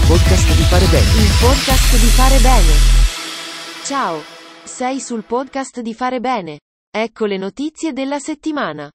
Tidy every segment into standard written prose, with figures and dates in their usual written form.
podcast di Fare Bene. Il podcast di Fare Bene. Ciao, sei sul podcast di Fare Bene. Ecco le notizie della settimana.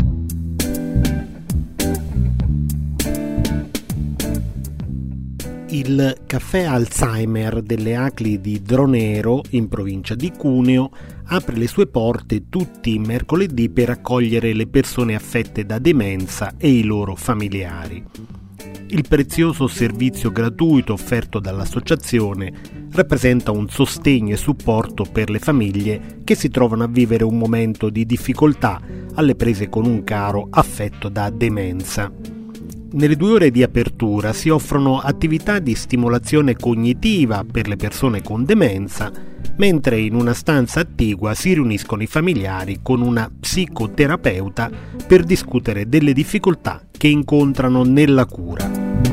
Il caffè Alzheimer delle Acli di Dronero, in provincia di Cuneo, apre le sue porte tutti i mercoledì per accogliere le persone affette da demenza e i loro familiari. Il prezioso servizio gratuito offerto dall'associazione rappresenta un sostegno e supporto per le famiglie che si trovano a vivere un momento di difficoltà alle prese con un caro affetto da demenza. Nelle 2 ore di apertura si offrono attività di stimolazione cognitiva per le persone con demenza, mentre in una stanza attigua si riuniscono i familiari con una psicoterapeuta per discutere delle difficoltà che incontrano nella cura.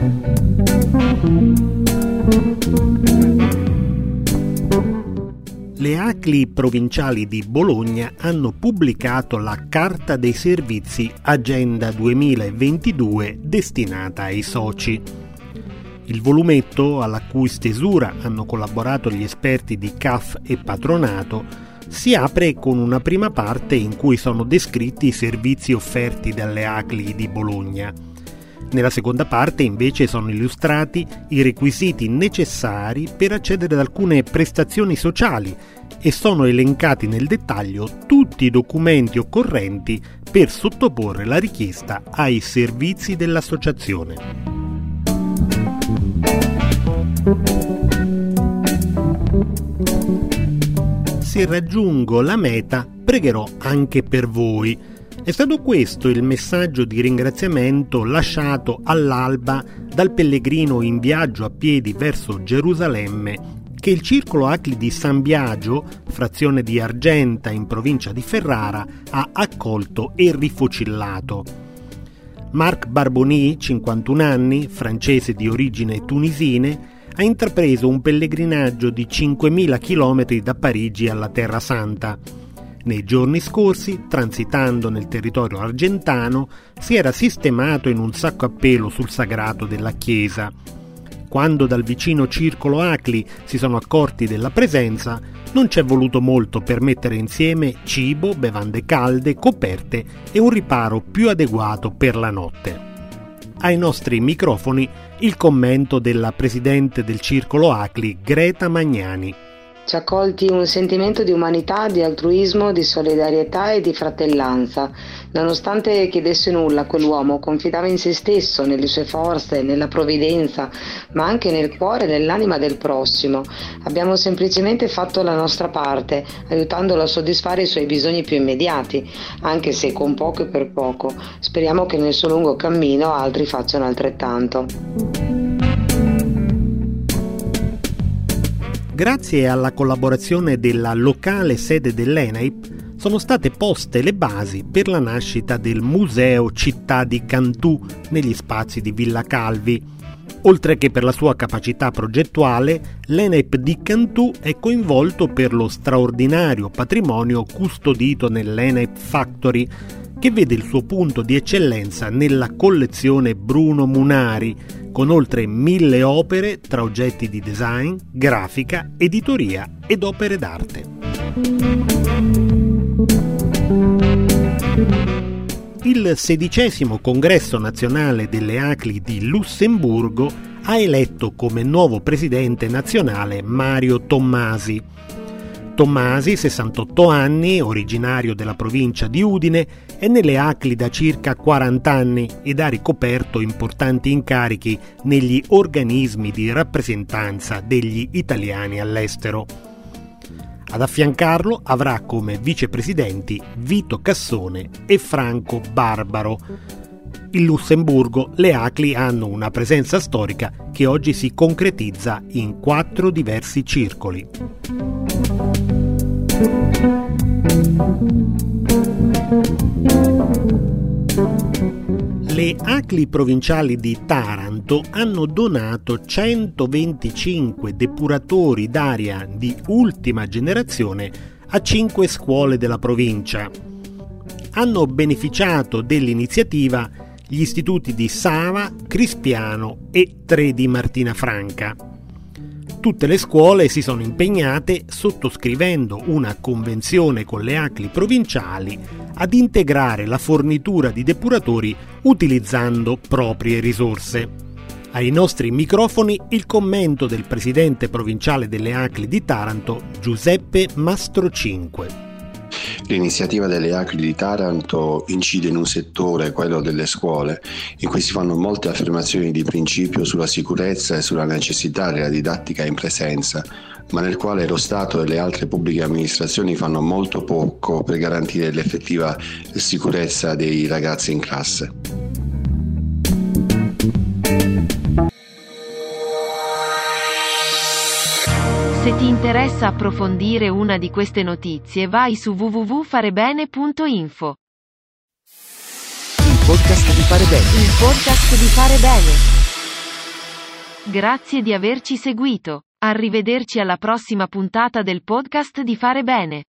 Le Acli provinciali di Bologna hanno pubblicato la Carta dei Servizi Agenda 2022 destinata ai soci. Il volumetto, alla cui stesura hanno collaborato gli esperti di CAF e Patronato, si apre con una prima parte in cui sono descritti i servizi offerti dalle Acli di Bologna. Nella seconda parte invece sono illustrati i requisiti necessari per accedere ad alcune prestazioni sociali e sono elencati nel dettaglio tutti i documenti occorrenti per sottoporre la richiesta ai servizi dell'associazione. Se raggiungo la meta, pregherò anche per voi. È stato questo il messaggio di ringraziamento lasciato all'alba dal pellegrino in viaggio a piedi verso Gerusalemme che il Circolo Acli di San Biagio, frazione di Argenta in provincia di Ferrara, ha accolto e rifocillato. Marc Barboni, 51 anni, francese di origini tunisine, ha intrapreso un pellegrinaggio di 5.000 chilometri da Parigi alla Terra Santa. Nei giorni scorsi, transitando nel territorio argentano, si era sistemato in un sacco a pelo sul sagrato della chiesa. Quando dal vicino Circolo Acli si sono accorti della presenza, non c'è voluto molto per mettere insieme cibo, bevande calde, coperte e un riparo più adeguato per la notte. Ai nostri microfoni il commento della presidente del Circolo Acli, Greta Magnani. Ci ha colti un sentimento di umanità, di altruismo, di solidarietà e di fratellanza. Nonostante chiedesse nulla, quell'uomo confidava in se stesso, nelle sue forze, nella provvidenza, ma anche nel cuore e nell'anima del prossimo. Abbiamo semplicemente fatto la nostra parte, aiutandolo a soddisfare i suoi bisogni più immediati, anche se con poco e per poco. Speriamo che nel suo lungo cammino altri facciano altrettanto. Grazie alla collaborazione della locale sede dell'ENAIP sono state poste le basi per la nascita del Museo Città di Cantù negli spazi di Villa Calvi. Oltre che per la sua capacità progettuale, l'ENAIP di Cantù è coinvolto per lo straordinario patrimonio custodito nell'ENAIP Factory, che vede il suo punto di eccellenza nella collezione Bruno Munari, con oltre 1.000 opere tra oggetti di design, grafica, editoria ed opere d'arte. Il 16° Congresso Nazionale delle Acli di Lussemburgo ha eletto come nuovo presidente nazionale Mario Tommasi. Tommasi, 68 anni, originario della provincia di Udine, è nelle Acli da circa 40 anni ed ha ricoperto importanti incarichi negli organismi di rappresentanza degli italiani all'estero. Ad affiancarlo avrà come vicepresidenti Vito Cassone e Franco Barbaro. In Lussemburgo le Acli hanno una presenza storica che oggi si concretizza in 4 diversi circoli. Le Acli provinciali di Taranto hanno donato 125 depuratori d'aria di ultima generazione a 5 scuole della provincia. Hanno beneficiato dell'iniziativa gli istituti di Sava, Crispiano e 3 di Martina Franca. Tutte le scuole si sono impegnate, sottoscrivendo una convenzione con le ACLI provinciali, ad integrare la fornitura di depuratori utilizzando proprie risorse. Ai nostri microfoni il commento del presidente provinciale delle ACLI di Taranto, Giuseppe Mastrocinque. L'iniziativa delle ACLI di Taranto incide in un settore, quello delle scuole, in cui si fanno molte affermazioni di principio sulla sicurezza e sulla necessità della didattica in presenza, ma nel quale lo Stato e le altre pubbliche amministrazioni fanno molto poco per garantire l'effettiva sicurezza dei ragazzi in classe. Se ti interessa approfondire una di queste notizie, vai su www.farebene.info. Il podcast di Fare Bene. Il podcast di Fare Bene. Grazie di averci seguito. Arrivederci alla prossima puntata del podcast di Fare Bene.